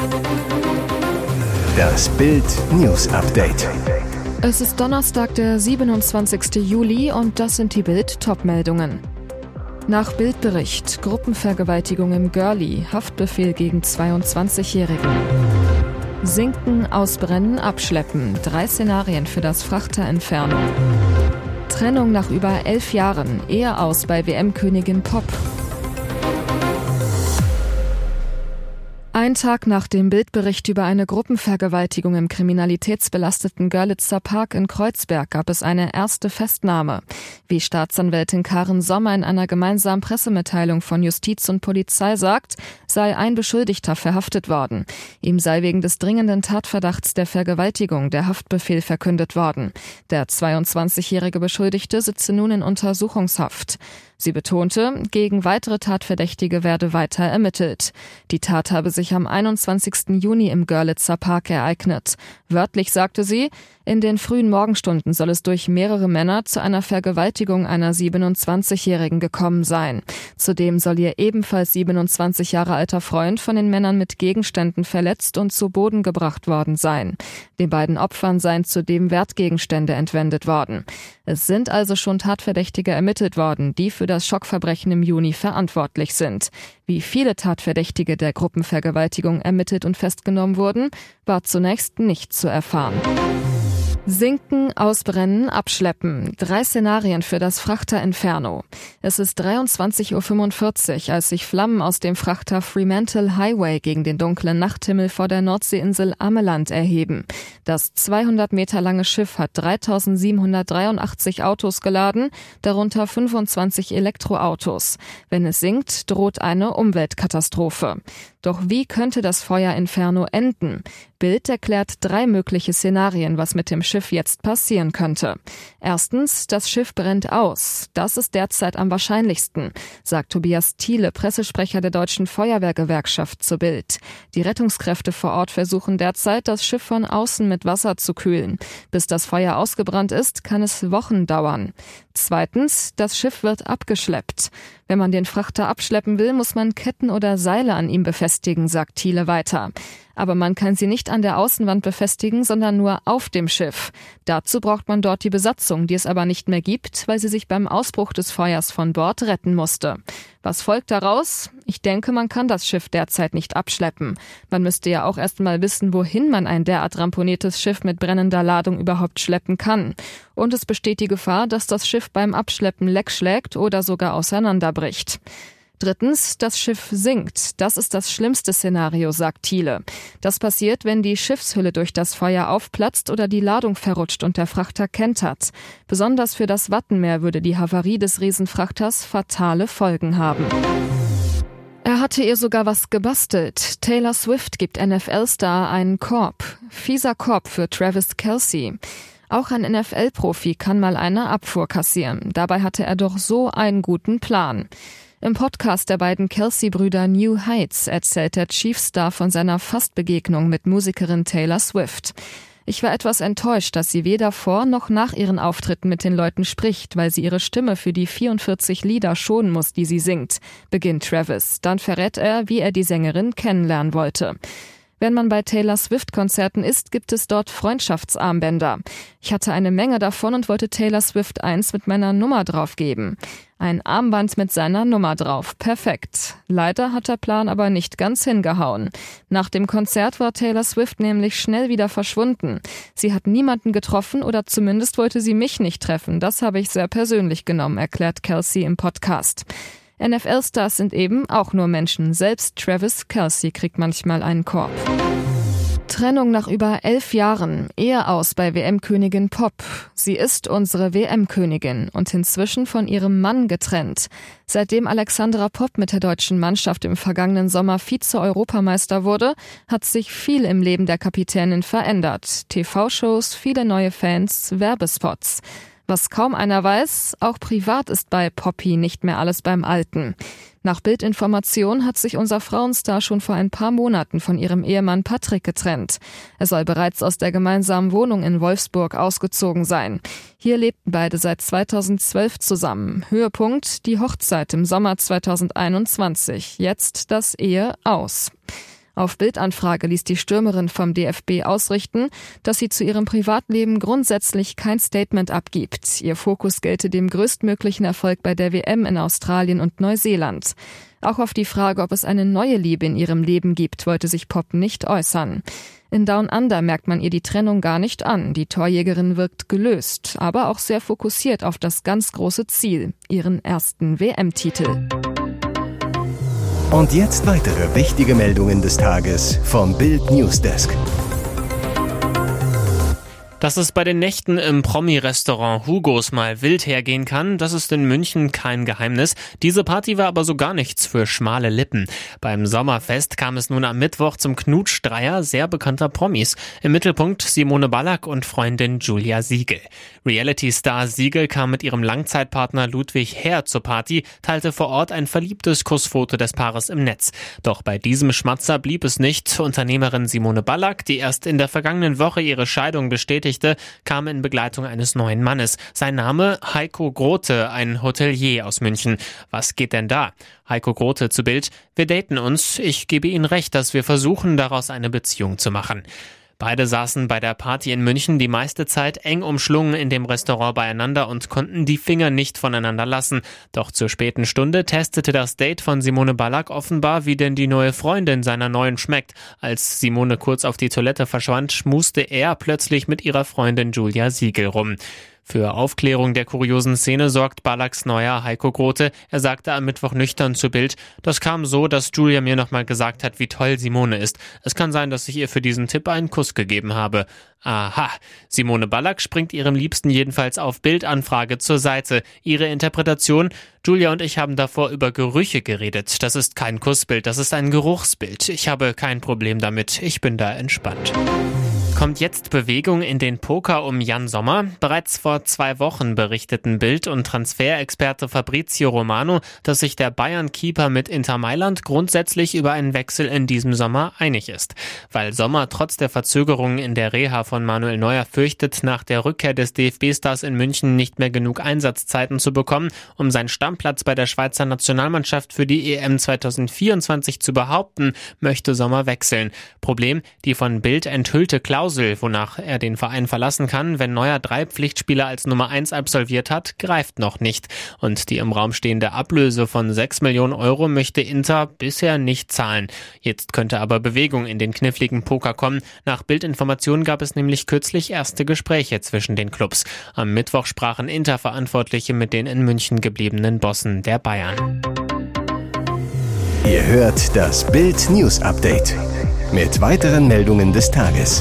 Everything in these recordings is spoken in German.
Das Bild News Update. Es ist Donnerstag, der 27. Juli und das sind die Bild-Top-Meldungen. Nach Bildbericht: Gruppenvergewaltigung im Görli, Haftbefehl gegen 22-Jährigen. Sinken, ausbrennen, abschleppen. 3 Szenarien für das Frachter Inferno. Trennung nach über 11 Jahren. Ehe aus bei WM-Königin Pop. Ein Tag nach dem Bildbericht über eine Gruppenvergewaltigung im kriminalitätsbelasteten Görlitzer Park in Kreuzberg gab es eine erste Festnahme. Wie Staatsanwältin Karin Sommer in einer gemeinsamen Pressemitteilung von Justiz und Polizei sagt, sei ein Beschuldigter verhaftet worden. Ihm sei wegen des dringenden Tatverdachts der Vergewaltigung der Haftbefehl verkündet worden. Der 22-jährige Beschuldigte sitze nun in Untersuchungshaft. Sie betonte, gegen weitere Tatverdächtige werde weiter ermittelt. Die Tat habe sich am 21. Juni im Görlitzer Park ereignet. Wörtlich sagte sie, in den frühen Morgenstunden soll es durch mehrere Männer zu einer Vergewaltigung einer 27-Jährigen gekommen sein. Zudem soll ihr ebenfalls 27 Jahre alter Freund von den Männern mit Gegenständen verletzt und zu Boden gebracht worden sein. Den beiden Opfern seien zudem Wertgegenstände entwendet worden. Es sind also schon Tatverdächtige ermittelt worden, die für das Schockverbrechen im Juni verantwortlich sind. Wie viele Tatverdächtige der Gruppenvergewaltigung ermittelt und festgenommen wurden, war zunächst nicht zu erfahren. Sinken, ausbrennen, abschleppen. 3 Szenarien für das Frachter Inferno. Es ist 23:45 Uhr, als sich Flammen aus dem Frachter Fremantle Highway gegen den dunklen Nachthimmel vor der Nordseeinsel Ameland erheben. Das 200 Meter lange Schiff hat 3.783 Autos geladen, darunter 25 Elektroautos. Wenn es sinkt, droht eine Umweltkatastrophe. Doch wie könnte das Feuerinferno enden? Bild erklärt 3 mögliche Szenarien, was mit dem Schiff jetzt passieren könnte. Erstens, das Schiff brennt aus. Das ist derzeit am wahrscheinlichsten, sagt Tobias Thiele, Pressesprecher der Deutschen Feuerwehrgewerkschaft, zu Bild. Die Rettungskräfte vor Ort versuchen derzeit, das Schiff von außen mit Wasser zu kühlen. Bis das Feuer ausgebrannt ist, kann es Wochen dauern. Zweitens, das Schiff wird abgeschleppt. Wenn man den Frachter abschleppen will, muss man Ketten oder Seile an ihm befestigen, sagt Thiele weiter. Aber man kann sie nicht an der Außenwand befestigen, sondern nur auf dem Schiff. Dazu braucht man dort die Besatzung, die es aber nicht mehr gibt, weil sie sich beim Ausbruch des Feuers von Bord retten musste. Was folgt daraus? Ich denke, man kann das Schiff derzeit nicht abschleppen. Man müsste ja auch erst mal wissen, wohin man ein derart ramponiertes Schiff mit brennender Ladung überhaupt schleppen kann. Und es besteht die Gefahr, dass das Schiff beim Abschleppen Leck schlägt oder sogar auseinanderbricht. Drittens, das Schiff sinkt. Das ist das schlimmste Szenario, sagt Thiele. Das passiert, wenn die Schiffshülle durch das Feuer aufplatzt oder die Ladung verrutscht und der Frachter kentert. Besonders für das Wattenmeer würde die Havarie des Riesenfrachters fatale Folgen haben. Er hatte ihr sogar was gebastelt. Taylor Swift gibt NFL-Star einen Korb. Fieser Korb für Travis Kelce. Auch ein NFL-Profi kann mal eine Abfuhr kassieren. Dabei hatte er doch so einen guten Plan. Im Podcast der beiden Kelce-Brüder New Heights erzählt der Chiefs-Star von seiner Fastbegegnung mit Musikerin Taylor Swift. Ich war etwas enttäuscht, dass sie weder vor noch nach ihren Auftritten mit den Leuten spricht, weil sie ihre Stimme für die 44 Lieder schonen muss, die sie singt, beginnt Travis. Dann verrät er, wie er die Sängerin kennenlernen wollte. Wenn man bei Taylor Swift-Konzerten ist, gibt es dort Freundschaftsarmbänder. Ich hatte eine Menge davon und wollte Taylor Swift eins mit meiner Nummer drauf geben. Ein Armband mit seiner Nummer drauf. Perfekt. Leider hat der Plan aber nicht ganz hingehauen. Nach dem Konzert war Taylor Swift nämlich schnell wieder verschwunden. Sie hat niemanden getroffen oder zumindest wollte sie mich nicht treffen. Das habe ich sehr persönlich genommen, erklärt Kelce im Podcast. NFL-Stars sind eben auch nur Menschen. Selbst Travis Kelce kriegt manchmal einen Korb. Trennung nach über 11 Jahren. Ehe aus bei WM-Königin Pop. Sie ist unsere WM-Königin und inzwischen von ihrem Mann getrennt. Seitdem Alexandra Popp mit der deutschen Mannschaft im vergangenen Sommer Vize-Europameister wurde, hat sich viel im Leben der Kapitänin verändert. TV-Shows, viele neue Fans, Werbespots. Was kaum einer weiß, auch privat ist bei Poppy nicht mehr alles beim Alten. Nach Bildinformation hat sich unser Frauenstar schon vor ein paar Monaten von ihrem Ehemann Patrick getrennt. Er soll bereits aus der gemeinsamen Wohnung in Wolfsburg ausgezogen sein. Hier lebten beide seit 2012 zusammen. Höhepunkt die Hochzeit im Sommer 2021. Jetzt das Ehe aus. Auf Bild-Anfrage ließ die Stürmerin vom DFB ausrichten, dass sie zu ihrem Privatleben grundsätzlich kein Statement abgibt. Ihr Fokus gelte dem größtmöglichen Erfolg bei der WM in Australien und Neuseeland. Auch auf die Frage, ob es eine neue Liebe in ihrem Leben gibt, wollte sich Popp nicht äußern. In Down Under merkt man ihr die Trennung gar nicht an. Die Torjägerin wirkt gelöst, aber auch sehr fokussiert auf das ganz große Ziel, ihren ersten WM-Titel. Und jetzt weitere wichtige Meldungen des Tages vom Bild Newsdesk. Dass es bei den Nächten im Promi-Restaurant Hugos mal wild hergehen kann, das ist in München kein Geheimnis. Diese Party war aber so gar nichts für schmale Lippen. Beim Sommerfest kam es nun am Mittwoch zum Knutsch dreier sehr bekannter Promis. Im Mittelpunkt Simone Ballack und Freundin Julia Siegel. Reality-Star Siegel kam mit ihrem Langzeitpartner Ludwig Herr zur Party, teilte vor Ort ein verliebtes Kussfoto des Paares im Netz. Doch bei diesem Schmatzer blieb es nicht. Unternehmerin Simone Ballack, die erst in der vergangenen Woche ihre Scheidung bestätigte, kam in Begleitung eines neuen Mannes. Sein Name Heiko Grote, ein Hotelier aus München. Was geht denn da? Heiko Grote zu Bild: Wir daten uns. Ich gebe Ihnen recht, dass wir versuchen, daraus eine Beziehung zu machen. Beide saßen bei der Party in München die meiste Zeit eng umschlungen in dem Restaurant beieinander und konnten die Finger nicht voneinander lassen. Doch zur späten Stunde testete das Date von Simone Ballack offenbar, wie denn die neue Freundin seiner neuen schmeckt. Als Simone kurz auf die Toilette verschwand, schmuste er plötzlich mit ihrer Freundin Julia Siegel rum. Für Aufklärung der kuriosen Szene sorgt Ballacks neuer Heiko Grote. Er sagte am Mittwoch nüchtern zu Bild: Das kam so, dass Julia mir nochmal gesagt hat, wie toll Simone ist. Es kann sein, dass ich ihr für diesen Tipp einen Kuss gegeben habe. Aha, Simone Ballack springt ihrem Liebsten jedenfalls auf Bildanfrage zur Seite. Ihre Interpretation: Julia und ich haben davor über Gerüche geredet. Das ist kein Kussbild, das ist ein Geruchsbild. Ich habe kein Problem damit, ich bin da entspannt. Kommt jetzt Bewegung in den Poker um Jan Sommer? Bereits vor 2 Wochen berichteten Bild- und Transferexperte Fabrizio Romano, dass sich der Bayern-Keeper mit Inter Mailand grundsätzlich über einen Wechsel in diesem Sommer einig ist. Weil Sommer trotz der Verzögerungen in der Reha von Manuel Neuer fürchtet, nach der Rückkehr des DFB-Stars in München nicht mehr genug Einsatzzeiten zu bekommen, um seinen Stammplatz bei der Schweizer Nationalmannschaft für die EM 2024 zu behaupten, möchte Sommer wechseln. Problem: die von Bild enthüllte Klausel, wonach er den Verein verlassen kann, wenn Neuer 3 Pflichtspiele als Nummer 1 absolviert hat, greift noch nicht. Und die im Raum stehende Ablöse von 6 Millionen Euro möchte Inter bisher nicht zahlen. Jetzt könnte aber Bewegung in den kniffligen Poker kommen. Nach Bildinformationen gab es nämlich kürzlich erste Gespräche zwischen den Clubs. Am Mittwoch sprachen Inter-Verantwortliche mit den in München gebliebenen Bossen der Bayern. Ihr hört das Bild News Update mit weiteren Meldungen des Tages.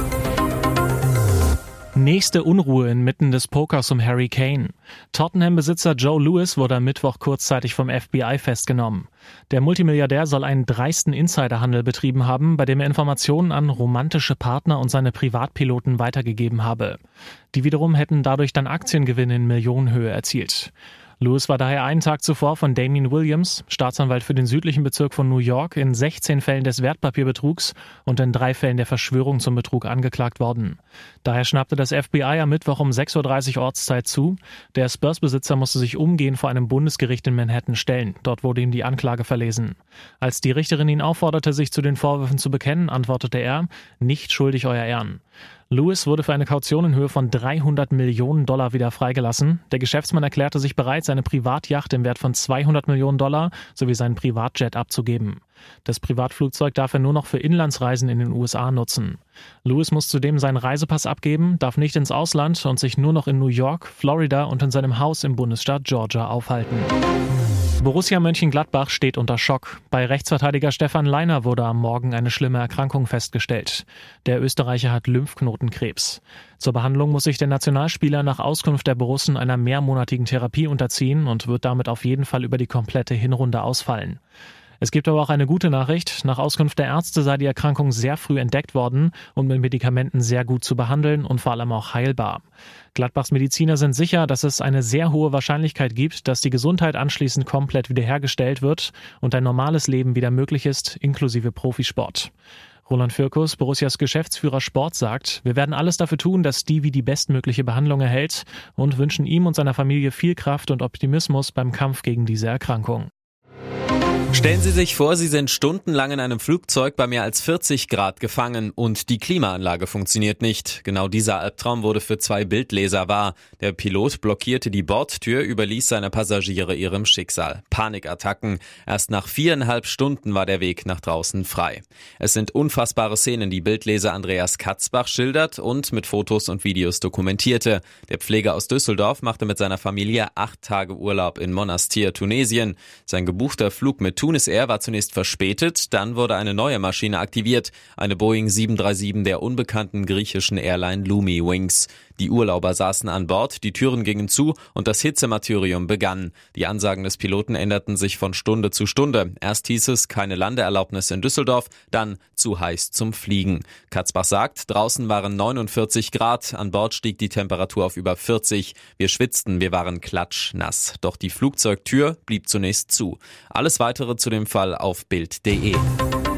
Nächste Unruhe inmitten des Pokers um Harry Kane. Tottenham-Besitzer Joe Lewis wurde am Mittwoch kurzzeitig vom FBI festgenommen. Der Multimilliardär soll einen dreisten Insiderhandel betrieben haben, bei dem er Informationen an romantische Partner und seine Privatpiloten weitergegeben habe. Die wiederum hätten dadurch dann Aktiengewinne in Millionenhöhe erzielt. Lewis war daher einen Tag zuvor von Damien Williams, Staatsanwalt für den südlichen Bezirk von New York, in 16 Fällen des Wertpapierbetrugs und in 3 Fällen der Verschwörung zum Betrug angeklagt worden. Daher schnappte das FBI am Mittwoch um 6:30 Uhr Ortszeit zu. Der Spurs-Besitzer musste sich umgehend vor einem Bundesgericht in Manhattan stellen. Dort wurde ihm die Anklage verlesen. Als die Richterin ihn aufforderte, sich zu den Vorwürfen zu bekennen, antwortete er: Nicht schuldig, Euer Ehren. Lewis wurde für eine Kaution in Höhe von $300 Millionen wieder freigelassen. Der Geschäftsmann erklärte sich bereit, seine Privatyacht im Wert von $200 Millionen sowie seinen Privatjet abzugeben. Das Privatflugzeug darf er nur noch für Inlandsreisen in den USA nutzen. Lewis muss zudem seinen Reisepass abgeben, darf nicht ins Ausland und sich nur noch in New York, Florida und in seinem Haus im Bundesstaat Georgia aufhalten. Borussia Mönchengladbach steht unter Schock. Bei Rechtsverteidiger Stefan Leiner wurde am Morgen eine schlimme Erkrankung festgestellt. Der Österreicher hat Lymphknotenkrebs. Zur Behandlung muss sich der Nationalspieler nach Auskunft der Borussen einer mehrmonatigen Therapie unterziehen und wird damit auf jeden Fall über die komplette Hinrunde ausfallen. Es gibt aber auch eine gute Nachricht. Nach Auskunft der Ärzte sei die Erkrankung sehr früh entdeckt worden und mit Medikamenten sehr gut zu behandeln und vor allem auch heilbar. Gladbachs Mediziner sind sicher, dass es eine sehr hohe Wahrscheinlichkeit gibt, dass die Gesundheit anschließend komplett wiederhergestellt wird und ein normales Leben wieder möglich ist, inklusive Profisport. Roland Fürkus, Borussias Geschäftsführer Sport, sagt: Wir werden alles dafür tun, dass Stevie die bestmögliche Behandlung erhält und wünschen ihm und seiner Familie viel Kraft und Optimismus beim Kampf gegen diese Erkrankung. Stellen Sie sich vor, Sie sind stundenlang in einem Flugzeug bei mehr als 40 Grad gefangen und die Klimaanlage funktioniert nicht. Genau dieser Albtraum wurde für 2 Bildleser wahr. Der Pilot blockierte die Bordtür, überließ seine Passagiere ihrem Schicksal. Panikattacken. Erst nach 4,5 Stunden war der Weg nach draußen frei. Es sind unfassbare Szenen, die Bildleser Andreas Katzbach schildert und mit Fotos und Videos dokumentierte. Der Pfleger aus Düsseldorf machte mit seiner Familie 8 Tage Urlaub in Monastir, Tunesien. Sein gebuchter Flug mit Tunis Air war zunächst verspätet, dann wurde eine neue Maschine aktiviert, eine Boeing 737 der unbekannten griechischen Airline Lumi Wings. Die Urlauber saßen an Bord, die Türen gingen zu und das Hitzemartyrium begann. Die Ansagen des Piloten änderten sich von Stunde zu Stunde. Erst hieß es, keine Landeerlaubnis in Düsseldorf, dann zu heiß zum Fliegen. Katzbach sagt, draußen waren 49 Grad, an Bord stieg die Temperatur auf über 40. Wir schwitzten, wir waren klatschnass. Doch die Flugzeugtür blieb zunächst zu. Alles Weitere zu dem Fall auf Bild.de.